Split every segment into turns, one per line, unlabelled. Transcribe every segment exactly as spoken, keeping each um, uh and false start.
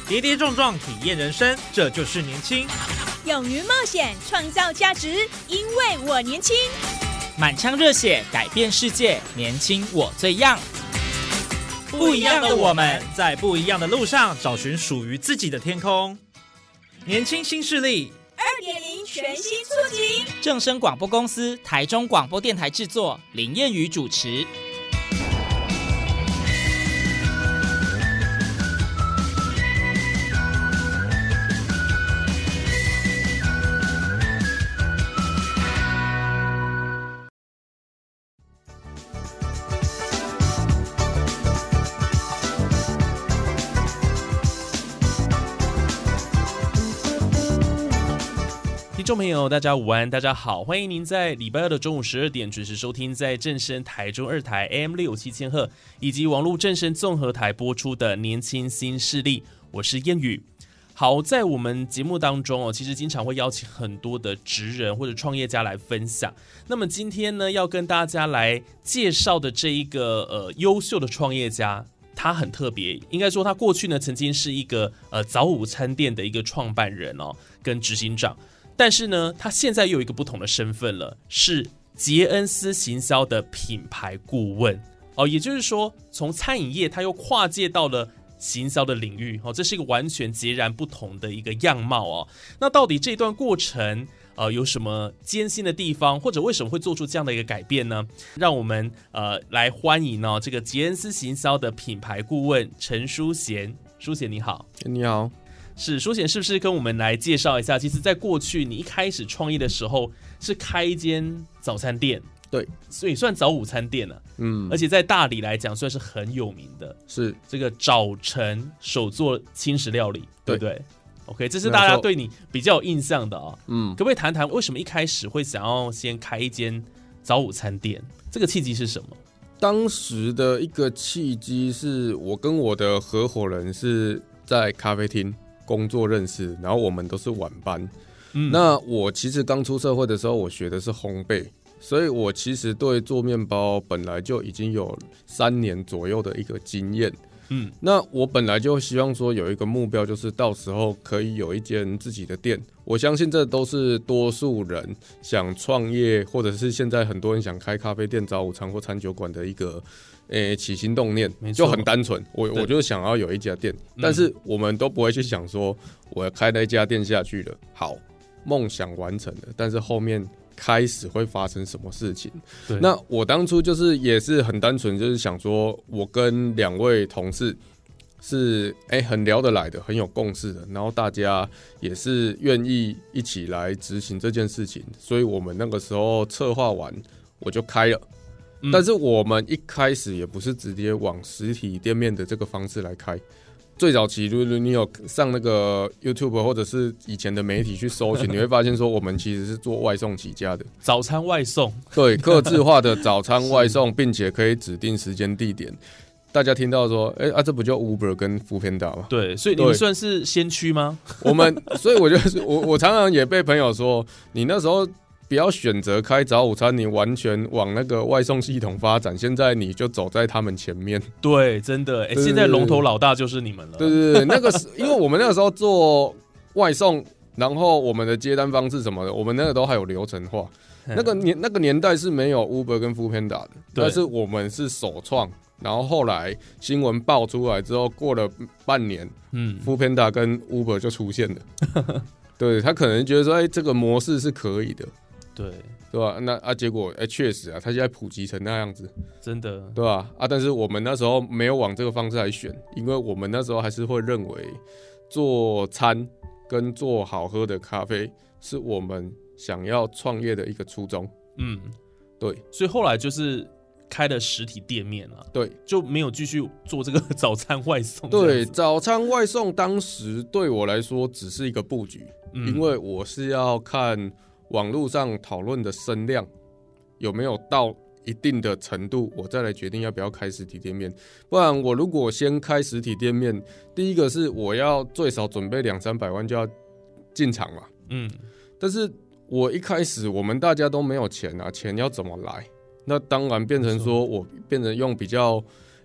跌跌撞撞体验人生，这就是年轻。
勇于冒险，创造价值，因为我年轻。
满腔热血，改变世界，年轻我最样。
不一样的我们，在不一样的路上找寻属于自己的天空。年轻新势力
二点零 全新出击，
正声广播公司台中广播电台制作，林燕瑜主持。
听众朋友大家午安，大家好，欢迎您在礼拜二的中午十二点准时收听在正声台中二台 A M 六七千赫以及网络正声综合台播出的年轻新势力，我是燕宇。好，在我们节目当中哦，其实经常会邀请很多的职人或者创业家来分享。那么今天呢，要跟大家来介绍的这一个呃优秀的创业家，他很特别，应该说他过去呢曾经是一个呃早午餐店的一个创办人哦，跟执行长。但是呢，他现在又有一个不同的身份了，是杰恩斯行销的品牌顾问哦，也就是说，从餐饮业他又跨界到了行销的领域哦，这是一个完全截然不同的一个样貌哦。那到底这段过程呃有什么艰辛的地方，或者为什么会做出这样的一个改变呢？让我们呃来欢迎哦这个杰恩斯行销的品牌顾问陈淑贤，淑贤你好。
你好。
是淑贤，是不是跟我们来介绍一下？其实，在过去你一开始创业的时候，是开一间早餐店，
对，
所以算早午餐店啊。嗯，而且在大理来讲，算是很有名的，
是这
个早晨手做轻食料理，对, 对不对 ？OK， 这是大家对你比较有印象的啊、哦。嗯，可不可以谈谈为什么一开始会想要先开一间早午餐店？这个契机是什么？
当时的一个契机是我跟我的合伙人是在咖啡厅工作认识，然后我们都是晚班、嗯、那我其实刚出社会的时候我学的是烘焙，所以我其实对做面包本来就已经有三年左右的一个经验。嗯，那我本来就希望说有一个目标，就是到时候可以有一间自己的店。我相信这都是多数人想创业，或者是现在很多人想开咖啡店、早午餐或餐酒馆的一个诶起心动念，就很单纯。我我就想要有一家店，但是我们都不会去想说我要开那家店下去了，好，梦想完成了，但是后面开始会发生什么事情？那我当初就是也是很单纯，就是想说，我跟两位同事是哎、欸、很聊得来的，很有共识的，然后大家也是愿意一起来执行这件事情，所以我们那个时候策划完我就开了。嗯、但是我们一开始也不是直接往实体店面的这个方式来开。最早期，如果你有上那个 YouTube 或者是以前的媒体去搜寻，你会发现说我们其实是做外送起家的，
早餐外送，
对，客制化的早餐外送，并且可以指定时间地点。大家听到说，哎、欸、啊，这不就 Uber 跟 Foodpanda 吗？
对，所以你们算是先驱吗？
我们，所以我就是我，我常常也被朋友说，你那时候不要选择开早午餐，你完全往那个外送系统发展，现在你就走在他们前面。
对，真的，哎、欸，现在龙头老大就是你们了。
对对对，那个是因为我们那个时候做外送，然后我们的接单方式什么的，我们那个都还有流程化。那个年那个年代是没有 Uber 跟 Foodpanda 的，但是我们是首创。然后后来新闻爆出来之后，过了半年，嗯 ，Foodpanda 跟 Uber 就出现了。对，他可能觉得说，哎、欸，这个模式是可以的。
对，
对吧？那啊，结果哎，确实啊，他现在普及成那样子，
真的，
对吧？啊，但是我们那时候没有往这个方式来选，因为我们那时候还是会认为做餐跟做好喝的咖啡是我们想要创业的一个初衷。嗯，对，
所以后来就是开了实体店面了，
对，
就没有继续做这个早餐外送。
对，早餐外送当时对我来说只是一个布局，嗯、因为我是要看网络上讨论的声量有没有到一定的程度，我再来决定要不要开实体店面。不然我如果先开实体店面，第一个是我要最少准备两三百万就要进场嘛，嗯，但是我一开始我们大家都没有钱啊，钱要怎么来？那当然变成说我变成用比较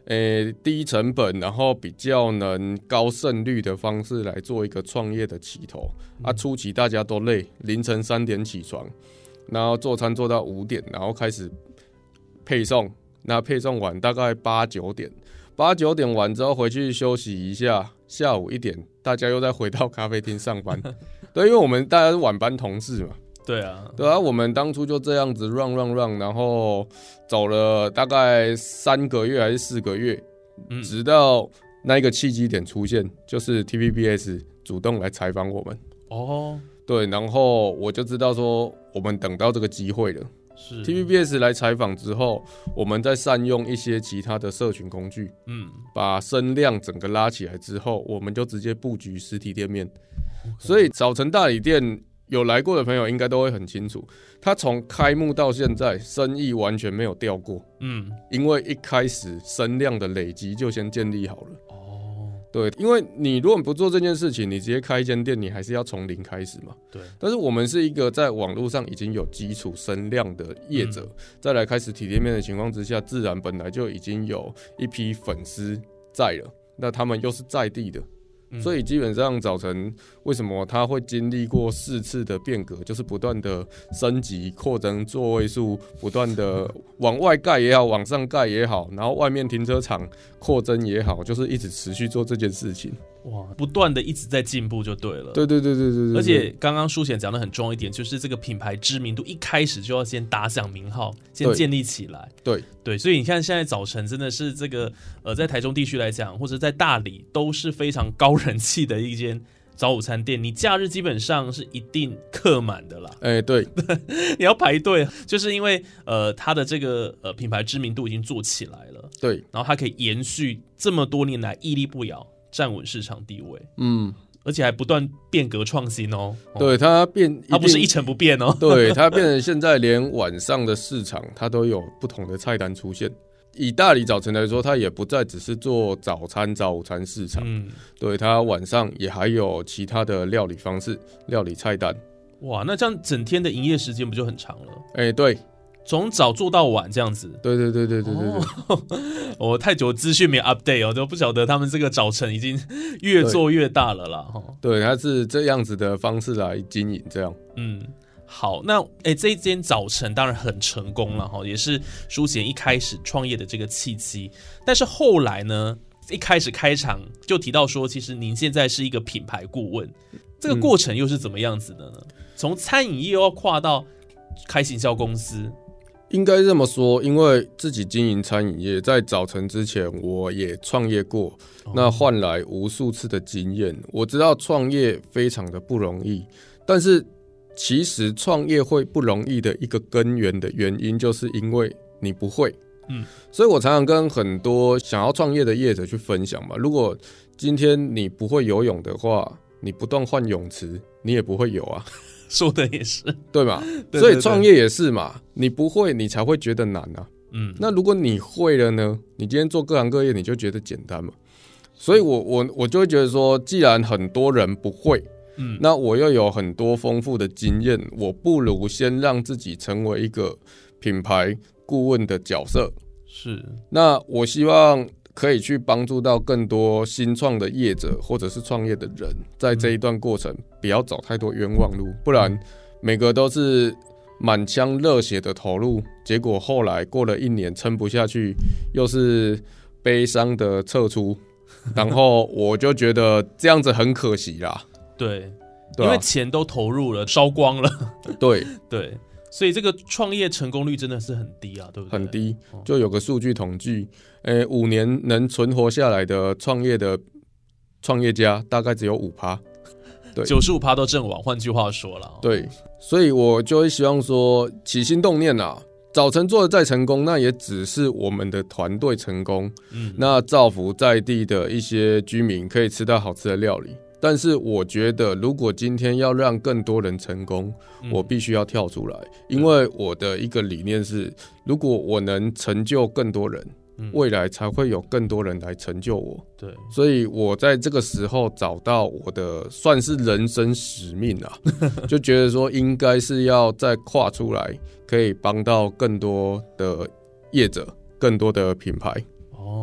诶、欸、低成本，然后比较能高胜率的方式来做一个创业的起头。嗯、啊，初期大家都累，凌晨三点起床，然后做餐做到五点，然后开始配送。那配送完大概八九点，八九点完之后回去休息一下，下午一点大家又再回到咖啡厅上班。对，因为我们大家是晚班同事嘛。
对啊，
对啊，我们当初就这样子 run run run， 然后走了大概三个月还是四个月，嗯、直到那一个契机点出现，就是 T V B S 主动来采访我们。哦，对，然后我就知道说我们等到这个机会了。是 T V B S 来采访之后，我们再善用一些其他的社群工具，嗯，把声量整个拉起来之后，我们就直接布局实体店面。Okay. 所以早晨大理店有来过的朋友应该都会很清楚，他从开幕到现在生意完全没有掉过，嗯，因为一开始声量的累积就先建立好了。哦，对，因为你如果不做这件事情，你直接开一间店，你还是要从零开始嘛。对，但是我们是一个在网络上已经有基础声量的业者，嗯、再来开实体店面的情况之下，自然本来就已经有一批粉丝在了，那他们又是在地的。所以基本上早晨为什么他会经历过四次的变革，就是不断的升级扩增座位数，不断的往外盖也好，往上盖也好，然后外面停车场扩增也好，就是一直持续做这件事情。
哇，不断的一直在进步就对了。
对对对对 对, 对, 对。
而且刚刚舒贤讲的很重要一点，就是这个品牌知名度一开始就要先打响名号，先建立起来。
对 对,
对，所以你看现在早晨真的是这个呃，在台中地区来讲，或者在大理都是非常高人气的一间早午餐店，你假日基本上是一定客满的啦。
哎、欸，对，
你要排队，就是因为呃，它的这个呃品牌知名度已经做起来了。
对，
然后它可以延续这么多年来屹立不摇，站稳市场地位，嗯，而且还不断变革创新哦。
对，它变，
它不是一成不变哦。
对，它变成现在连晚上的市场，它都有不同的菜单出现。以大理早晨来说，它也不再只是做早餐、早午餐市场，嗯，对，它晚上也还有其他的料理方式、料理菜单。
哇，那这样整天的营业时间不就很长了？
哎、欸，对。
从早做到晚这样子，
对对对对对对对。
我、哦、太久资讯没 update 哦，都不晓得他们这个早晨已经越做越大了啦。
对，它是这样子的方式来经营，这样。
嗯，好，那哎，这一间早晨当然很成功了哈，也是舒贤一开始创业的这个契机。但是后来呢，一开始开场就提到说，其实您现在是一个品牌顾问，这个过程又是怎么样子的呢？从、嗯、餐饮业又要跨到开行销公司。
应该这么说，因为自己经营餐饮业，在早晨之前我也创业过，哦、那换来无数次的经验。我知道创业非常的不容易，但是其实创业会不容易的一个根源的原因，就是因为你不会。嗯，所以我常常跟很多想要创业的业者去分享嘛，如果今天你不会游泳的话，你不断换泳池，你也不会游啊。
说的也是，
对嘛？对对对，所以创业也是嘛，你不会，你才会觉得难啊。嗯，那如果你会了呢？你今天做各行各业，你就觉得简单嘛。所以我我我就会觉得说，既然很多人不会，嗯，那我又有很多丰富的经验，我不如先让自己成为一个品牌顾问的角色。
是，
那我希望可以去帮助到更多新创的业者或者是创业的人，在这一段过程不要走太多冤枉路，不然每个都是满腔热血的投入，结果后来过了一年撑不下去，又是悲伤的撤出，然后我就觉得这样子很可惜啦。
对，对啊，因为钱都投入了，烧光了。
对
对。所以这个创业成功率真的是很低啊，对不对？
很低，就有个数据统计，诶，五年能存活下来的创业的创业家大概只有 百分之五， 对， 百分之九十五 都阵亡。换句话说了， 对，所以我就会希望说，起心动念啊，早晨做的再成功，那也只是我们的团队成功，嗯，那造福在地的一些居民可以吃到好吃的料理。但是我觉得，如果今天要让更多人成功，嗯、我必须要跳出来，因为我的一个理念是，如果我能成就更多人，嗯、未来才会有更多人来成就我。
对，
所以我在这个时候找到我的算是人生使命啊，就觉得说应该是要再跨出来，可以帮到更多的业者、更多的品牌。
哦。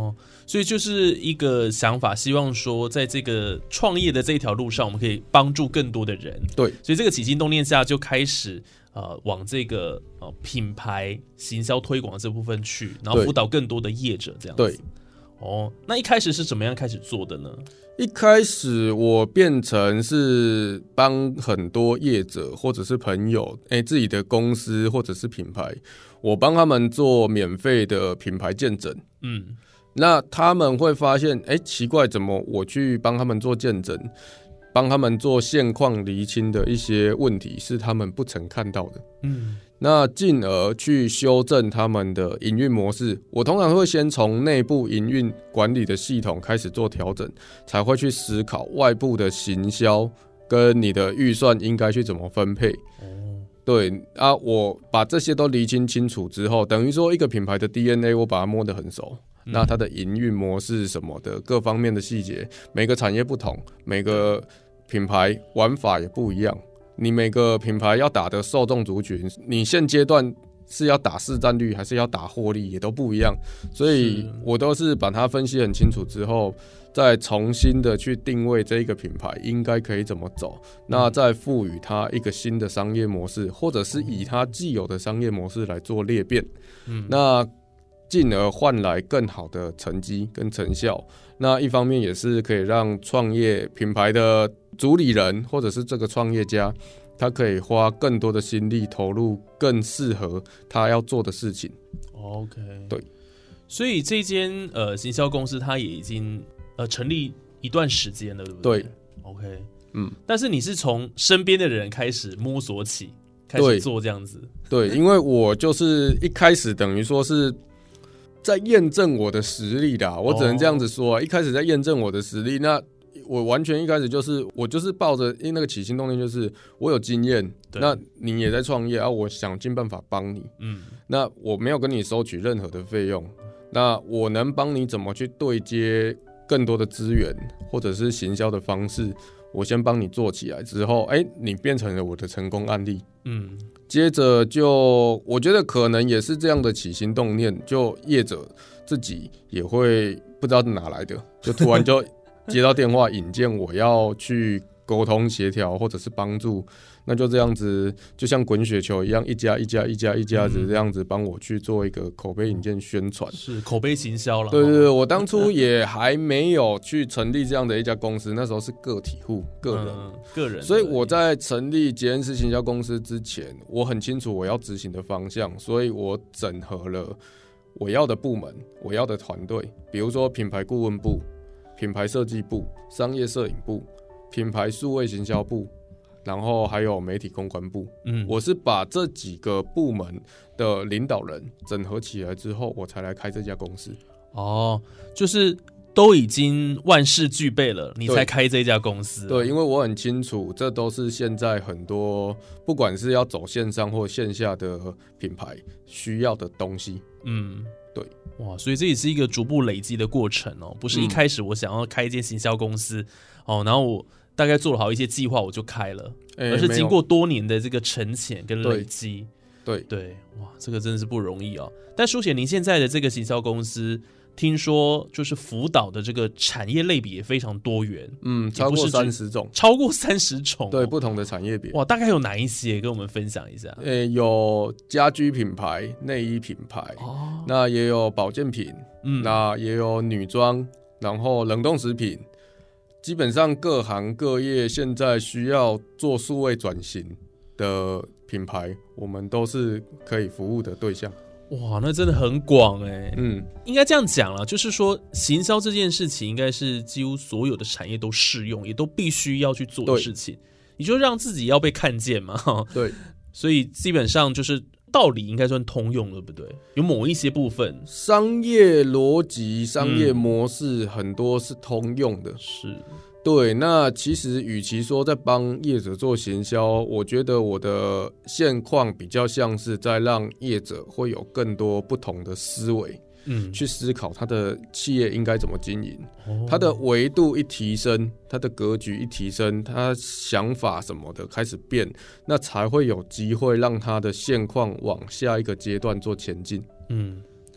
所以就是一个想法，希望说在这个创业的这一条路上，我们可以帮助更多的人。
对，
所以这个起心动念下就开始呃往这个呃品牌行销推广这部分去，然后辅导更多的业者这样子。
对，
哦，那一开始是怎么样开始做的呢？
一开始我变成是帮很多业者或者是朋友，哎，自己的公司或者是品牌，我帮他们做免费的品牌见证。
嗯，
那他们会发现，哎，奇怪，怎么我去帮他们做见证，帮他们做现况厘清的一些问题是他们不曾看到的。
嗯，
那进而去修正他们的营运模式。我通常会先从内部营运管理的系统开始做调整，才会去思考外部的行销跟你的预算应该去怎么分配。哦，对啊，我把这些都厘清清楚之后，等于说一个品牌的 D N A 我把它摸得很熟。嗯、那它的营运模式什么的各方面的细节，每个产业不同，每个品牌玩法也不一样。你每个品牌要打的受众族群，你现阶段是要打市占率还是要打获利，也都不一样。所以我都是把它分析很清楚之后，再重新的去定位这一个品牌应该可以怎么走，那再赋予它一个新的商业模式，或者是以它既有的商业模式来做裂变，嗯、那进而换来更好的成绩跟成效。那一方面也是可以让创业品牌的主理人或者是这个创业家，他可以花更多的心力投入更适合他要做的事情。
OK，
对，
所以这间呃行销公司它也已经呃成立一段时间了，对不对？
对
，OK，
嗯，
但是你是从身边的人开始摸索起，开始做这样子。
对，因为我就是一开始等于说是在验证我的实力啦，我只能这样子说、啊哦、一开始在验证我的实力。那我完全一开始就是我就是抱着因为那个起心动念，就是我有经验，那你也在创业啊，我想尽办法帮你。嗯，那我没有跟你收取任何的费用，那我能帮你怎么去对接更多的资源或者是行销的方式，我先帮你做起来之后，哎、欸，你变成了我的成功案例。嗯，接着就我觉得可能也是这样的起心动念，就业者自己也会不知道哪来的，就突然就接到电话引荐我要去沟通协调或者是帮助，那就这样子就像滚雪球一样，一家一家一家一家子这样子帮我去做一个口碑引荐宣传，
是口碑行销了。
对对对，我当初也还没有去成立这样的一家公司，那时候是个体户个人、嗯、
个人，
所以我在成立杰恩斯行销公司之前，我很清楚我要执行的方向，所以我整合了我要的部门，我要的团队，比如说品牌顾问部、品牌设计部、商业摄影部、品牌数位行销部，然后还有媒体公关部。嗯，我是把这几个部门的领导人整合起来之后，我才来开这家公司。
哦，就是都已经万事俱备了，你才开这家公司。
对，因为我很清楚，这都是现在很多不管是要走线上或线下的品牌需要的东西。嗯。对，
哇，所以这也是一个逐步累积的过程哦，不是一开始我想要开一间行销公司、嗯、哦，然后我大概做了好一些计划我就开了、欸，而是经过多年的这个沉潜跟累积。
对
对, 对，哇，这个真的是不容易哦。但书写您现在的这个行销公司，听说就是辅导的这个产业类别也非常多元，
嗯，超过三十种，
超过三十种、哦，
对，不同的产业别。
哇，大概有哪一些？跟我们分享一下。
欸、有家居品牌、内衣品牌，哦，那也有保健品，嗯，那也有女装，然后冷冻食品，基本上各行各业现在需要做数位转型的品牌，我们都是可以服务的对象。
哇，那真的很广哎、欸。嗯，应该这样讲啦，就是说行销这件事情应该是几乎所有的产业都适用，也都必须要去做的事情。你就让自己要被看见嘛。
对，
所以基本上就是道理应该算通用了，对不对？有某一些部分
商业逻辑、商业模式很多是通用的。
嗯、是。
对，那其实与其说在帮业者做行销，我觉得我的现况比较像是在让业者会有更多不同的思维，嗯，去思考他的企业应该怎么经营，哦，他的维度一提升，他的格局一提升，他想法什么的开始变，那才会有机会让他的现况往下一个阶段做前进。嗯。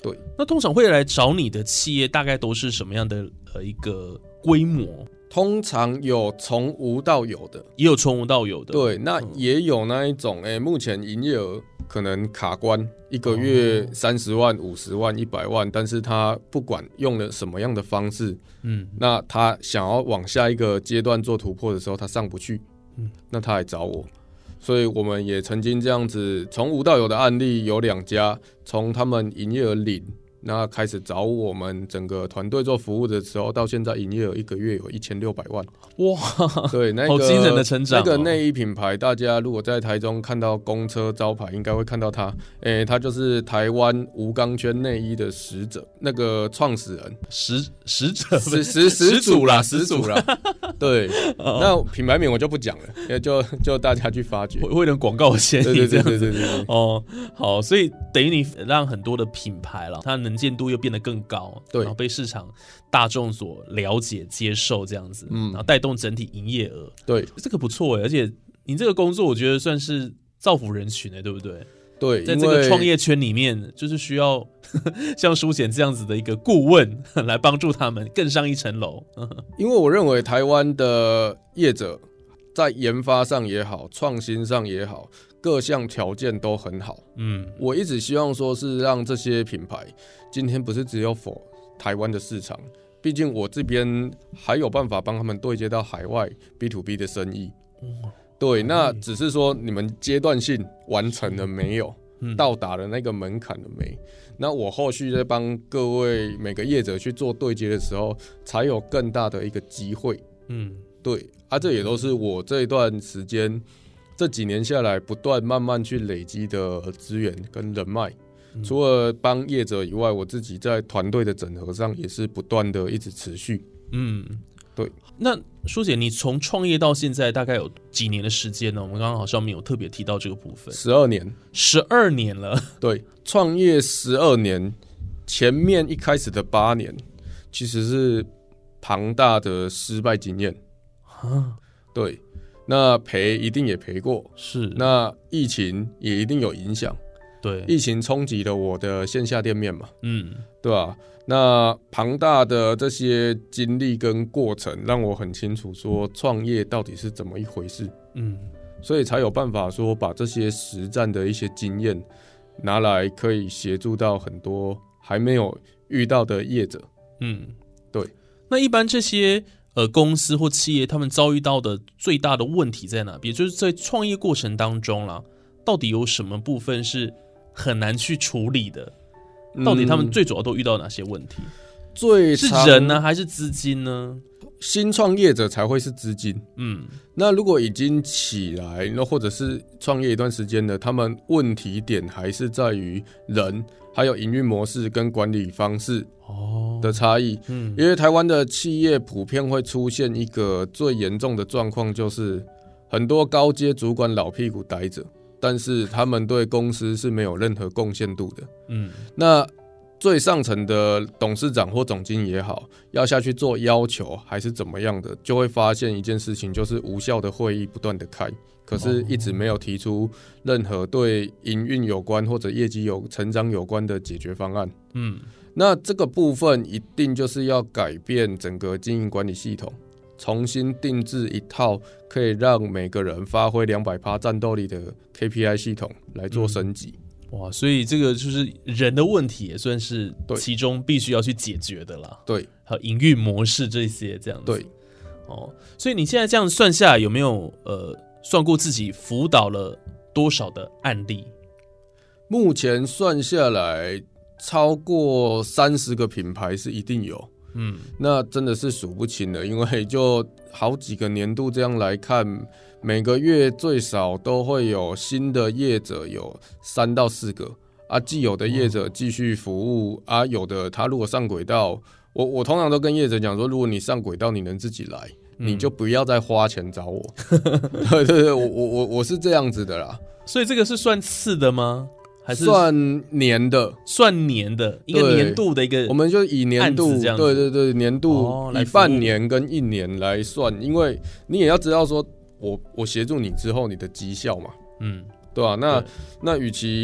对，
那通常会来找你的企业大概都是什么样的呃一个规模？
通常有从无到有的，
也有从无到有的。
对，那也有那一种，哎、欸，目前营业额可能卡关，一个月三十万、五十万、一百万，但是他不管用了什么样的方式，嗯，那他想要往下一个阶段做突破的时候，他上不去，嗯，那他来找我，所以我们也曾经这样子从无到有的案例有两家，从他们营业额零。那开始找我们整个团队做服务的时候，到现在营业额一个月有一千六百万，
哇！
对，那个
好惊人的成长、哦。
那个内衣品牌，大家如果在台中看到公车招牌，应该会看到它。诶、欸，它就是台湾无钢圈内衣的始者，那个创始人，
始始者
始始始祖啦，始祖啦。对，哦、那品牌名我就不讲了，就就大家去发掘，
会有点广告的嫌疑。
对对对对对 对, 對。
哦，好，所以等于你让很多的品牌了，它能见度又变得更高，
对，
然后被市场大众所了解、接受这样子，嗯，然后带动整体营业额，
对，
这个不错哎，而且你这个工作我觉得算是造福人群哎，对不对？
对，
在这个创业圈里面，就是需要呵呵像舒贤这样子的一个顾问来帮助他们更上一层楼。
因为我认为台湾的业者在研发上也好，创新上也好，各项条件都很好。嗯，我一直希望说是让这些品牌今天不是只有 for 台湾的市场，毕竟我这边还有办法帮他们对接到海外 B to B 的生意。嗯，对，那只是说你们阶段性完成了没有？嗯，到达了那个门槛了没？那我后续在帮各位每个业者去做对接的时候，才有更大的一个机会。嗯，对啊，这也都是我这一段时间这几年下来不断慢慢去累积的资源跟人脉。嗯，除了帮业者以外，我自己在团队的整合上也是不断的一直持续。嗯，对。
那舒姐，你从创业到现在大概有几年的时间呢？我们刚刚好像没有特别提到这个部分。
十二年，
十二年了。
对，创业十二年，前面一开始的八年其实是庞大的失败经验。啊，对，那赔一定也赔过，
是。
那疫情也一定有影响。
对，
疫情冲击了我的线下店面嘛，嗯，对吧、啊？那庞大的这些经历跟过程，让我很清楚说创业到底是怎么一回事，嗯，所以才有办法说把这些实战的一些经验拿来，可以协助到很多还没有遇到的业者，嗯，对。
那一般这些呃公司或企业，他们遭遇到的最大的问题在哪边？就是在创业过程当中啦，到底有什么部分是很难去处理的？到底他们最主要都遇到哪些问题？嗯、
最
是人呢，还是资金呢？
新创业者才会是资金。嗯，那如果已经起来，那或者是创业一段时间的，他们问题点还是在于人，还有营运模式跟管理方式的差异。哦、嗯，因为台湾的企业普遍会出现一个最严重的状况，就是很多高阶主管老屁股待着。但是他们对公司是没有任何贡献度的。嗯，那最上层的董事长或总经理也好，要下去做要求还是怎么样的，就会发现一件事情，就是无效的会议不断的开，可是一直没有提出任何对营运有关或者业绩有成长有关的解决方案。嗯，那这个部分一定就是要改变整个经营管理系统。重新定制一套可以让每个人发挥 百分之两百 战斗力的 K P I 系统来做升级。
嗯、哇，所以这个就是人的问题，也算是其中必须要去解决的啦。
对，
还有营运模式这些这样子。
对，
哦，所以你现在这样算下来，有没有呃算过自己辅导了多少的案例？
目前算下来，超过三十个品牌是一定有。嗯，那真的是数不清了，因为就好几个年度这样来看，每个月最少都会有新的业者有三到四个啊，既有的业者继续服务啊，有的他如果上轨道，我我通常都跟业者讲说，如果你上轨道，你能自己来，嗯、你就不要再花钱找我。对对对，我我我我是这样子的啦。
所以这个是算次的吗？还是
算年的，
算年的一个年度的一个，
我们就以年度，对对对，年度、哦、以半年跟一年来算，因为你也要知道说，我我协助你之后你的绩效嘛，嗯，对吧、啊？那那与其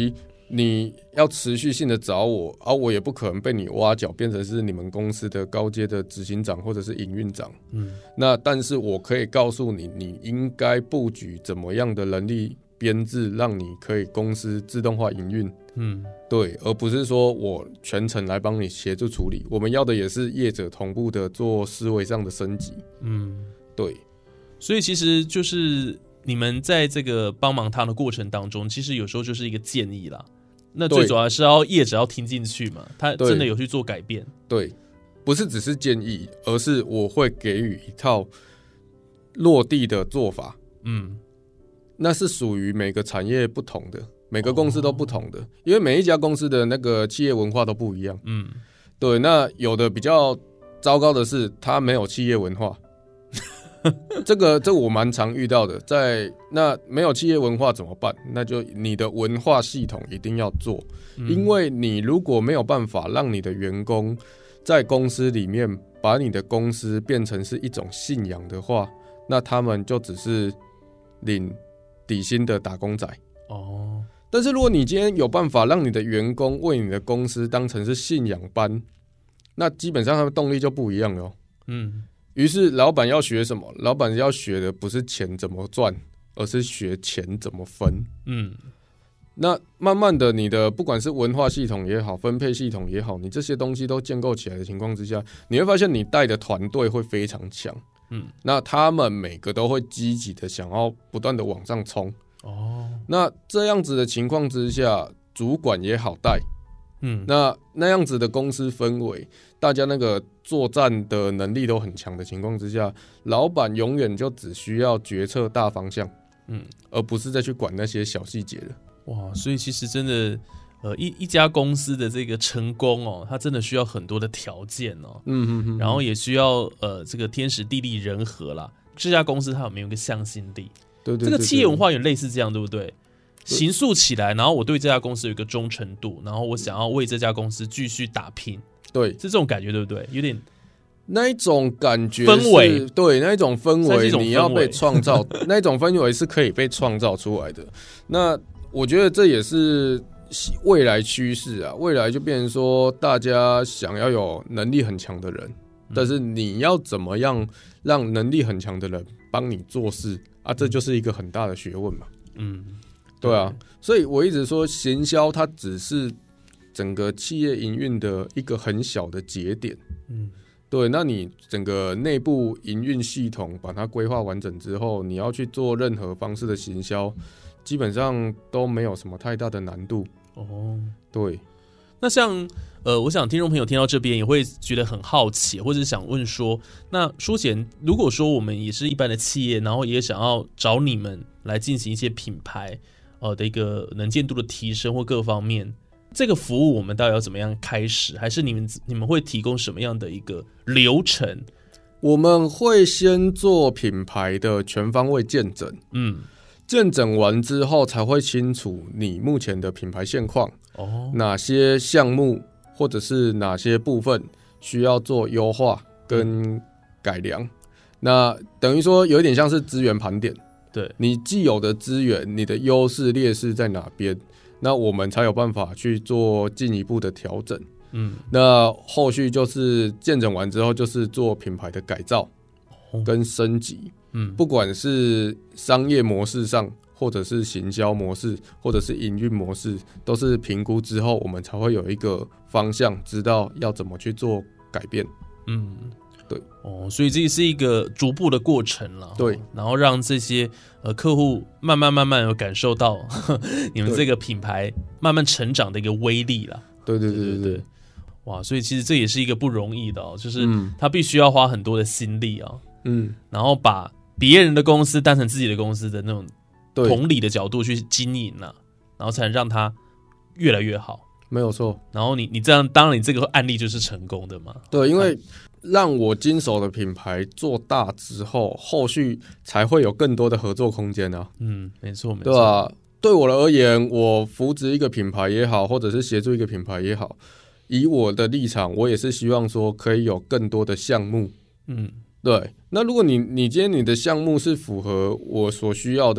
你要持续性的找我，而、啊、我也不可能被你挖角变成是你们公司的高阶的执行长或者是营运长。嗯，那但是我可以告诉你，你应该布局怎么样的人力编制，让你可以公司自动化营运。嗯，对，而不是说我全程来帮你协助处理。我们要的也是业者同步的做思维上的升级。嗯，对，
所以其实就是你们在这个帮忙他的过程当中，其实有时候就是一个建议啦。那最主要是要业者要听进去嘛，他真的有去做改变。
对，不是只是建议，而是我会给予一套落地的做法。嗯，那是属于每个产业不同的，每个公司都不同的，哦、因为每一家公司的那个企业文化都不一样。嗯，对，那有的比较糟糕的是，他没有企业文化。这个这个我蛮常遇到的，在那没有企业文化怎么办？那就你的文化系统一定要做，嗯、因为你如果没有办法让你的员工在公司里面把你的公司变成是一种信仰的话，那他们就只是领底薪的打工仔。哦，但是如果你今天有办法让你的员工为你的公司当成是信仰班，那基本上他们动力就不一样了。嗯。于是老板要学什么？老板要学的不是钱怎么赚，而是学钱怎么分。嗯，那慢慢的，你的不管是文化系统也好，分配系统也好，你这些东西都建构起来的情况之下，你会发现你带的团队会非常强。嗯，那他们每个都会积极的想要不断的往上冲。哦，那这样子的情况之下，主管也好带。嗯，那那样子的公司氛围，大家那个作战的能力都很强的情况之下，老板永远就只需要决策大方向，嗯，而不是再去管那些小细节了。
哇，所以其实真的，呃，一一家公司的这个成功哦，它真的需要很多的条件哦，嗯哼哼，然后也需要呃这个天时地利人和啦。这家公司它有没有一个向心力？对 对, 对, 对, 对，这个企业文化有类似这样，对不对？形塑起来，然后我对这家公司有一个忠诚度，然后我想要为这家公司继续打拼，
对，
是这种感觉，对不对？有点
那一种感觉
氛围，
对，那一种氛围你要被创造，那一种氛围是可以被创造出来的。那我觉得这也是未来趋势啊，未来就变成说，大家想要有能力很强的人，嗯、但是你要怎么样让能力很强的人帮你做事啊？这就是一个很大的学问嘛。嗯。对啊，所以我一直说，行销它只是整个企业营运的一个很小的节点。嗯，对，那你整个内部营运系统把它规划完整之后，你要去做任何方式的行销，基本上都没有什么太大的难度。哦，对。
那像呃，我想听众朋友听到这边也会觉得很好奇，或者想问说，那舒贤，如果说我们也是一般的企业，然后也想要找你们来进行一些品牌。呃的一个能见度的提升或各方面，这个服务我们到底要怎么样开始？还是你们你们会提供什么样的一个流程？
我们会先做品牌的全方位鉴证，嗯，鉴证完之后才会清楚你目前的品牌现况，哦，哪些项目或者是哪些部分需要做优化跟改良。嗯、那等于说有一点像是资源盘点。
对，
你既有的资源，你的优势劣势在哪边？那我们才有办法去做进一步的调整。嗯，那后续就是鉴证完之后，就是做品牌的改造跟升级。嗯，不管是商业模式上，或者是行销模式，或者是营运模式，都是评估之后，我们才会有一个方向，知道要怎么去做改变。嗯。对
哦，所以这是一个逐步的过程了。
对，
然后让这些呃客户慢慢慢慢有感受到呵呵你们这个品牌慢慢成长的一个威力了。
对对对对 对, 对，
哇，所以其实这也是一个不容易的哦，就是他必须要花很多的心力啊，嗯，然后把别人的公司当成自己的公司的那种同理的角度去经营啊，然后才能让它越来越好。
没有错。
然后你你这样，当然你这个案例就是成功的嘛。
对，因为让我经手的品牌做大之后，后续才会有更多的合作空间啊。
嗯，没错，没错。
对啊，对我而言，我扶植一个品牌也好，或者是协助一个品牌也好，以我的立场，我也是希望说可以有更多的项目。嗯，对。那如果你你今天你的项目是符合我所需要的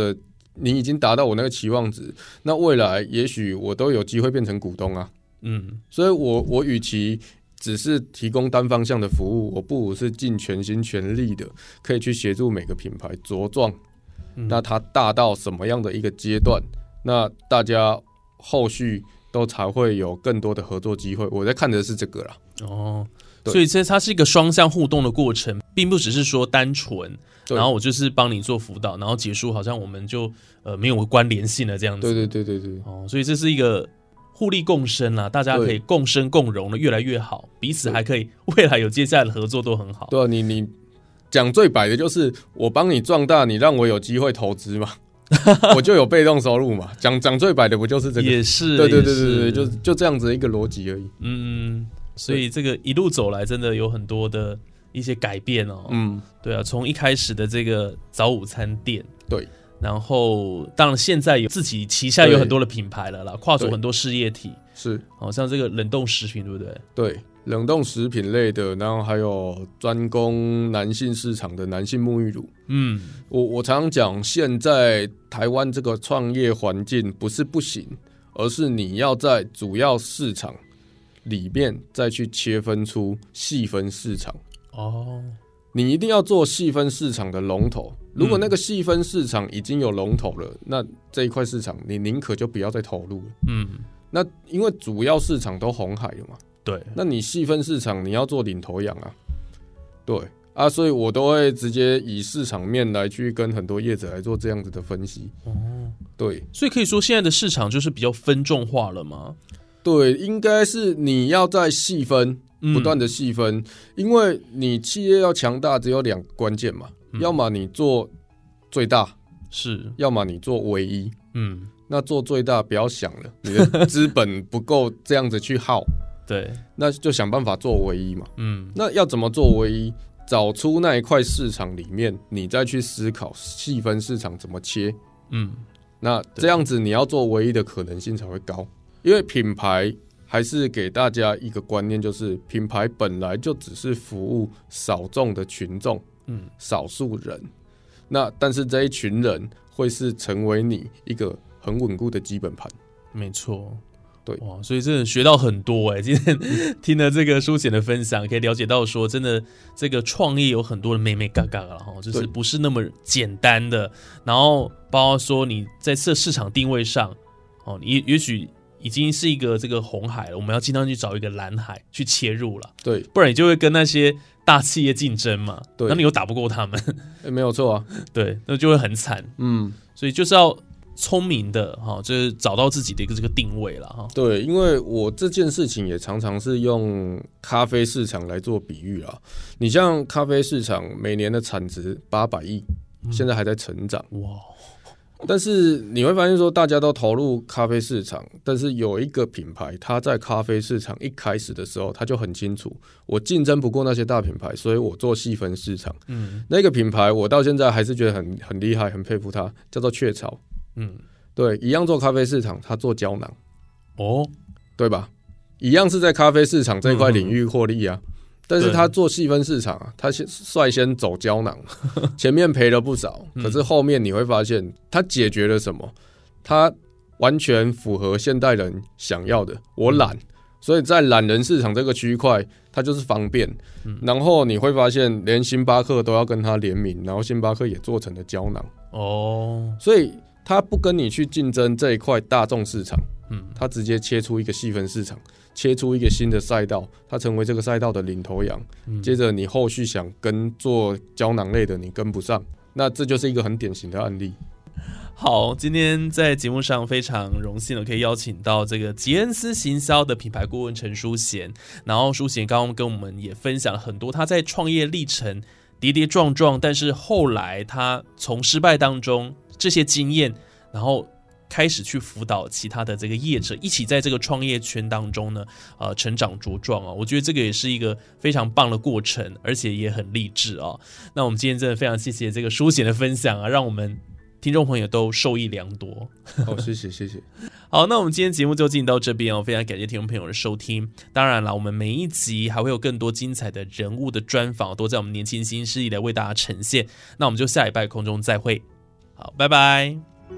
你已经达到我那个期望值，那未来也许我都有机会变成股东啊。嗯，所以我我与其只是提供单方向的服务，我不如是尽全心全力的，可以去协助每个品牌茁壮。嗯、那它大到什么样的一个阶段，那大家后续都才会有更多的合作机会。我在看的是这个啦。哦，
所以这它是一个双向互动的过程，并不只是说单纯，然后我就是帮你做辅导，然后结束好像我们就呃没有关联性了这样子。
对对对对对。
哦，所以这是一个互利共生啦，大家可以共生共荣的越来越好，彼此还可以未来有接下来的合作都很好。
对啊，你你讲最白的就是我帮你壮大，你让我有机会投资嘛。我就有被动收入嘛，讲讲最白的不就是这个？
也是，
对对对对对，就就这样子一个逻辑而已。
嗯，所以这个一路走来，真的有很多的一些改变哦。嗯，对啊，从一开始的这个早午餐店，
对，
然后当然现在有自己旗下有很多的品牌了啦，跨足很多事业体，
是，
好像这个冷冻食品，对不对？
对。冷冻食品类的，然后还有专攻男性市场的男性沐浴乳。嗯，我我常常讲，现在台湾这个创业环境不是不行，而是你要在主要市场里面再去切分出细分市场。哦，你一定要做细分市场的龙头。如果那个细分市场已经有龙头了，那这一块市场你宁可就不要再投入了。嗯，那因为主要市场都红海了嘛。
对，
那你细分市场你要做领头羊啊，对啊，所以我都会直接以市场面来去跟很多业者来做这样子的分析。哦，对，
所以可以说现在的市场就是比较分众化了吗？
对，应该是你要再细分，不断的细分、嗯，因为你企业要强大，只有两个关键嘛，嗯、要么你做最大，
是，
要么你做唯一。嗯，那做最大不要想了，你的资本不够这样子去耗。
对，
那就想办法做唯一嘛。嗯，那要怎么做唯一？找出那一块市场里面，你再去思考细分市场怎么切。嗯，那这样子你要做唯一的可能性才会高。因为品牌还是给大家一个观念，就是品牌本来就只是服务少众的群众，嗯，少数人。那但是这一群人会是成为你一个很稳固的基本盘。
没错。
对，
哇，所以真的学到很多哎！今天听了这个舒贤的分享，可以了解到说，真的这个创业有很多的眉眉角角了哈，就是不是那么简单的。然后包括说你在这市场定位上，哦，你也许已经是一个这个红海了，我们要尽量去找一个蓝海去切入了。
对，
不然你就会跟那些大企业竞争嘛。对，那你又打不过他们，
欸、没有错啊。
对，那就会很惨。嗯，所以就是要聪明的哈，就是找到自己的一个这个定位了哈。
对，因为我这件事情也常常是用咖啡市场来做比喻啦。你像咖啡市场每年的产值八百亿，现在还在成长。哇！但是你会发现说，大家都投入咖啡市场，但是有一个品牌，它在咖啡市场一开始的时候，它就很清楚，我竞争不过那些大品牌，所以我做细分市场。嗯，那个品牌我到现在还是觉得很很厉害，很佩服它，叫做雀巢。嗯，对，一样做咖啡市场，他做胶囊，哦，对吧？一样是在咖啡市场这块领域获利啊，嗯、但是他做细分市场啊，他先率先走胶囊，前面赔了不少，可是后面你会发现，他解决了什么？他完全符合现代人想要的。我懒，嗯、所以在懒人市场这个区块，它就是方便。嗯、然后你会发现，连星巴克都要跟他联名，然后星巴克也做成了胶囊。哦，所以。他不跟你去竞争这一块大众市场，嗯，他直接切出一个细分市场，切出一个新的赛道，他成为这个赛道的领头羊。嗯、接着你后续想跟做胶囊类的，你跟不上，那这就是一个很典型的案例。
好，今天在节目上非常荣幸的可以邀请到这个吉恩斯行销的品牌顾问陈舒贤，然后舒贤刚刚跟我们也分享了很多他在创业历程跌跌撞撞，但是后来他从失败当中这些经验，然后开始去辅导其他的这个业者，一起在这个创业圈当中呢，呃，成长茁壮啊。我觉得这个也是一个非常棒的过程，而且也很励志啊。那我们今天真的非常谢谢这个舒贤的分享啊，让我们听众朋友都受益良多。
好，谢谢谢谢。
好，那我们今天节目就进到这边哦，非常感谢听众朋友的收听。当然了，我们每一集还会有更多精彩的人物的专访，都在我们年轻新势力来为大家呈现。那我们就下礼拜空中再会。好，拜拜。